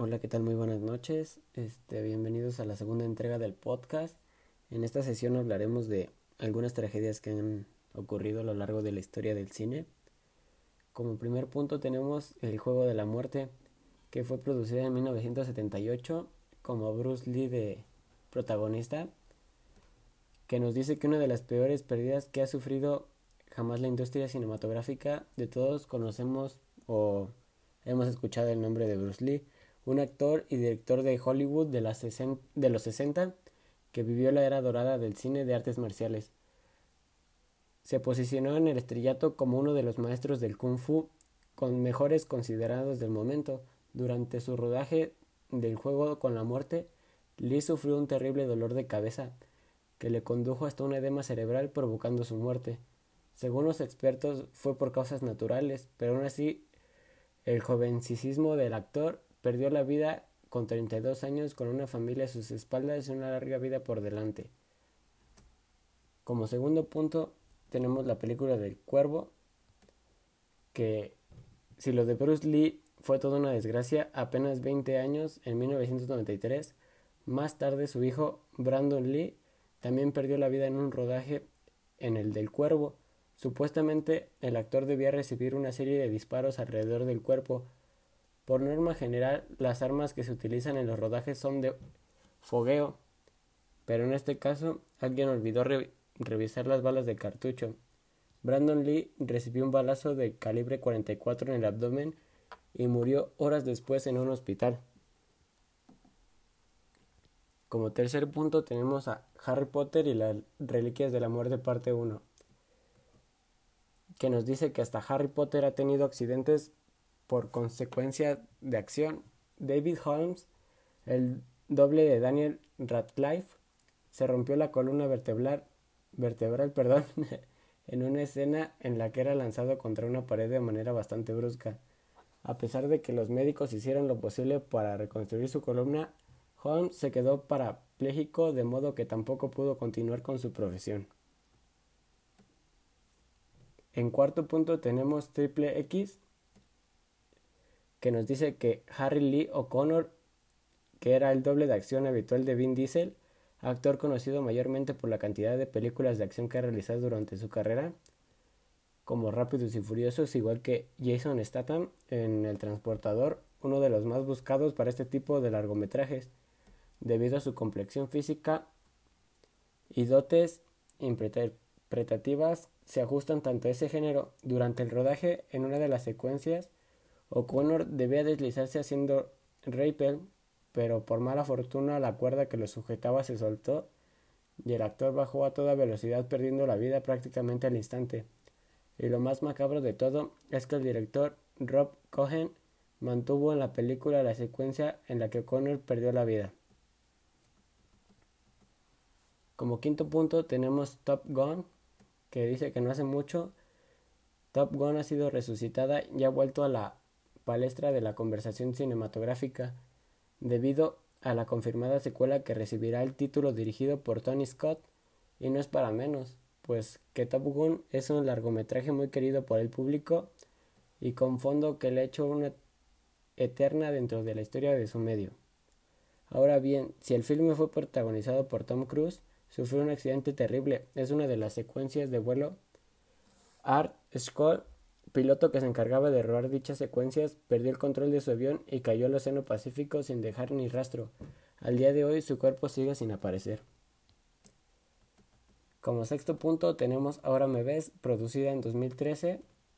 Hola, ¿qué tal? Muy buenas noches. Bienvenidos a la segunda entrega del podcast. En esta sesión hablaremos de algunas tragedias que han ocurrido a lo largo de la historia del cine. Como primer punto tenemos El Juego de la Muerte, que fue producida en 1978 como Bruce Lee de protagonista, que nos dice que una de las peores pérdidas que ha sufrido jamás la industria cinematográfica. De todos conocemos o hemos escuchado el nombre de Bruce Lee, un actor y director de Hollywood de los 60 que vivió la era dorada del cine de artes marciales. Se posicionó en el estrellato como uno de los maestros del Kung Fu con mejores considerados del momento. Durante su rodaje del Juego con la Muerte, Lee sufrió un terrible dolor de cabeza que le condujo hasta un edema cerebral provocando su muerte. Según los expertos fue por causas naturales, pero aún así el jovencicismo del actor perdió la vida con 32 años con una familia a sus espaldas y una larga vida por delante. Como segundo punto tenemos la película del Cuervo, que si lo de Bruce Lee fue toda una desgracia, apenas 20 años, en 1993, más tarde su hijo Brandon Lee también perdió la vida en un rodaje en el del Cuervo. Supuestamente el actor debía recibir una serie de disparos alrededor del cuerpo. Por norma general, las armas que se utilizan en los rodajes son de fogueo, pero en este caso alguien olvidó revisar las balas de cartucho. Brandon Lee recibió un balazo de calibre 44 en el abdomen y murió horas después en un hospital. Como tercer punto tenemos a Harry Potter y las Reliquias de la Muerte parte 1, que nos dice que hasta Harry Potter ha tenido accidentes por consecuencia de acción. David Holmes, el doble de Daniel Radcliffe, se rompió la columna vertebral, en una escena en la que era lanzado contra una pared de manera bastante brusca. A pesar de que los médicos hicieron lo posible para reconstruir su columna, Holmes se quedó parapléjico, de modo que tampoco pudo continuar con su profesión. En cuarto punto tenemos Triple X, que nos dice que Harry Lee O'Connor, que era el doble de acción habitual de Vin Diesel, actor conocido mayormente por la cantidad de películas de acción que ha realizado durante su carrera, como Rápidos y Furiosos, igual que Jason Statham en El Transportador, uno de los más buscados para este tipo de largometrajes, debido a su complexión física y dotes interpretativas se ajustan tanto a ese género. Durante el rodaje, en una de las secuencias, O'Connor debía deslizarse haciendo rappel, pero por mala fortuna la cuerda que lo sujetaba se soltó y el actor bajó a toda velocidad perdiendo la vida prácticamente al instante. Y lo más macabro de todo es que el director Rob Cohen mantuvo en la película la secuencia en la que O'Connor perdió la vida. Como quinto punto tenemos Top Gun, que dice que no hace mucho Top Gun ha sido resucitada y ha vuelto a la palestra de la conversación cinematográfica debido a la confirmada secuela que recibirá el título dirigido por Tony Scott, y no es para menos, pues que Top Gun es un largometraje muy querido por el público y con fondo que le ha hecho una eterna dentro de la historia de su medio. Ahora bien, si el filme fue protagonizado por Tom Cruise, sufrió un accidente terrible. Es una de las secuencias de vuelo. Art Scott, piloto que se encargaba de rodar dichas secuencias, perdió el control de su avión y cayó al Océano Pacífico sin dejar ni rastro. Al día de hoy su cuerpo sigue sin aparecer. Como sexto punto tenemos Ahora me ves, producida en 2013.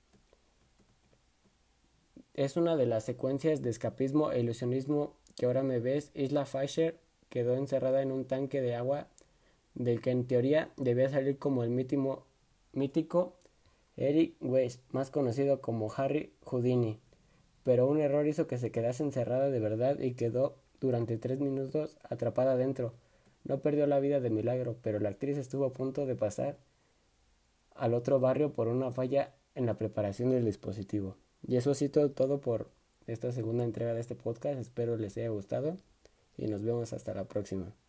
Es una de las secuencias de escapismo e ilusionismo que Ahora me ves. Isla Fisher quedó encerrada en un tanque de agua del que en teoría debía salir como el mítico Eric Weiss, más conocido como Harry Houdini, pero un error hizo que se quedase encerrada de verdad y quedó durante 3 minutos atrapada dentro. No perdió la vida de milagro, pero la actriz estuvo a punto de pasar al otro barrio por una falla en la preparación del dispositivo. Y eso ha sido todo por esta segunda entrega de este podcast. Espero les haya gustado y nos vemos hasta la próxima.